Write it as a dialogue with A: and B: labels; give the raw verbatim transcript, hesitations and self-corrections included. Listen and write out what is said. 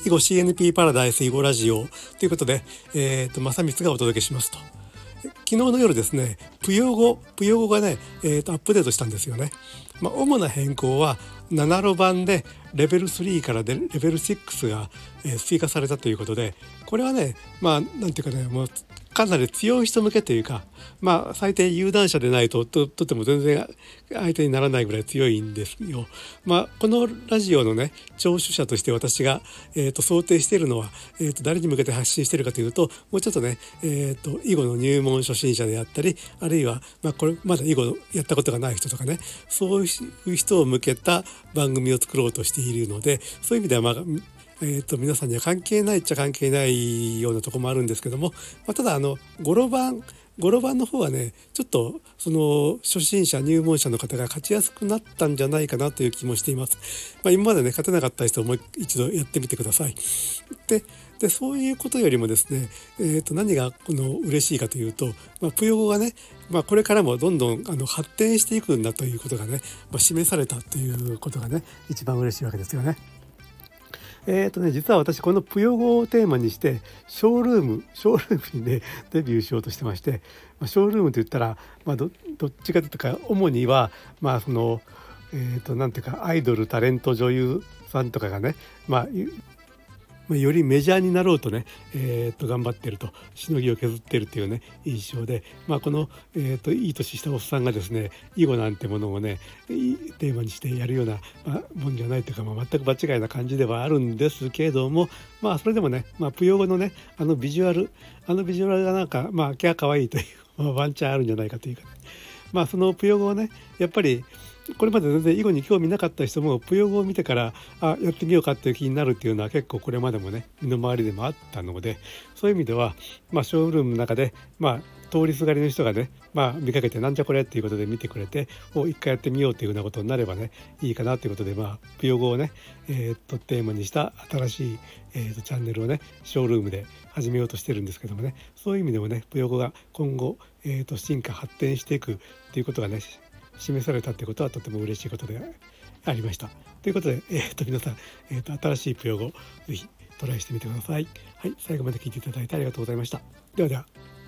A: 囲碁 シーエヌピー パラダイス囲碁ラジオということで、えー、と正光がお届けしますと。昨日の夜ですね、ぷよごぷよごがね、えー、とアップデートしたんですよね。まあ、主な変更はなな路版でレベルスリーからでレベルろくが、えー、追加されたということで、これはね、まあなんていうかね、もうかなり強い人向けというか、まあ最低有段者でないと と, とても全然相手にならないぐらい強いんですよ。まあこのラジオのね聴取者として私が、えー、と想定しているのは、えー、と誰に向けて発信しているかというと、もうちょっとね、えー、と囲碁の入門初心者であったり、あるいは、まあ、これまだ囲碁やったことがない人とかね、そういう人を向けた番組を作ろうとしているので、そういう意味ではまあえー、と皆さんには関係ないっちゃ関係ないようなところもあるんですけども、まあ、ただあのご路盤ご路盤の方はね、ちょっとその初心者入門者の方が勝ちやすくなったんじゃないかなという気もしています。まあ、今までね勝てなかった人をもう一度やってみてください。ででそういうことよりもですね、えー、と何がこの嬉しいかというと、まあ、ぷよごがね、まあ、これからもどんどんあの発展していくんだということがね、まあ、示されたということがね一番嬉しいわけですよね。えーとね、実は私このぷよごをテーマにしてショールームショールームにねデビューしようとしてまして、まあ、ショールームといったら、まあ、ど, どっちかというとか主にはまあそのえーとなんていうかアイドルタレント女優さんとかがね、まあよりメジャーになろうとね、えー、と頑張ってると、しのぎを削ってるっていうね印象で、まあ、この、えー、といい年したおっさんがですね囲碁なんてものをねテーマにしてやるような、まあ、もんじゃないというか、まあ、全く場違いな感じではあるんですけども、まあそれでもね、まあ、ぷよごのねあのビジュアルあのビジュアルがなんかまあキャーかわいいという、まあ、ワンチャンあるんじゃないかというか、ね、まあそのぷよごをねやっぱりこれまで全然囲碁に興味なかった人もぷよごを見てからあやってみようかっていう気になるっていうのは結構これまでもね身の回りでもあったので、そういう意味では、まあ、ショールームの中で、まあ、通りすがりの人がね、まあ、見かけてなんじゃこれっていうことで見てくれてお一回やってみようっていうようなことになればねいいかなということで、まあ、ぷよごをね、えー、っとテーマにした新しい、えー、っとチャンネルをねショールームで始めようとしてるんですけどもね、そういう意味でもねぷよごが今後、えー、っと進化発展していくっていうことがね示されたってことはとても嬉しいことでありました。ということで、えー、と皆さん、えー、と新しいぷよごぜひトライしてみてください。はい、最後まで聞いていただいてありがとうございました。ではでは。